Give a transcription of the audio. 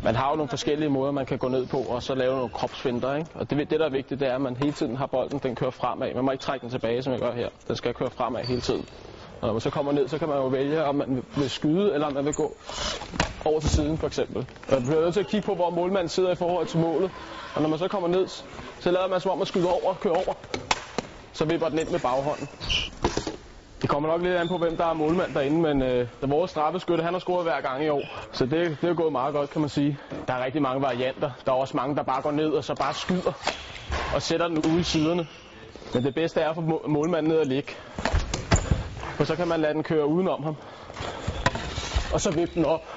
Man har jo nogle forskellige måder, man kan gå ned på, og så lave nogle kropsfinter, ikke? Og det der er vigtigt, det er, at man hele tiden har bolden, den kører fremad. Man må ikke trække den tilbage, som jeg gør her. Den skal køre fremad hele tiden. Og når man så kommer ned, så kan man jo vælge, om man vil skyde, eller om man vil gå over til siden, for eksempel. Og man bliver nødt til at kigge på, hvor målmanden sidder i forhold til målet. Og når man så kommer ned, så lader man som om man skyder over og kører over. Så vipper den ind med baghånden. Det kommer nok lidt an på, hvem der er målmand derinde, men vores straffeskytte, han har scoret hver gang i år. Så det er gået meget godt, kan man sige. Der er rigtig mange varianter. Der er også mange, der bare går ned og så bare skyder og sætter den ude i siderne. Men det bedste er at få målmanden ned og ligge. For så kan man lade den køre udenom ham. Og så vippe den op.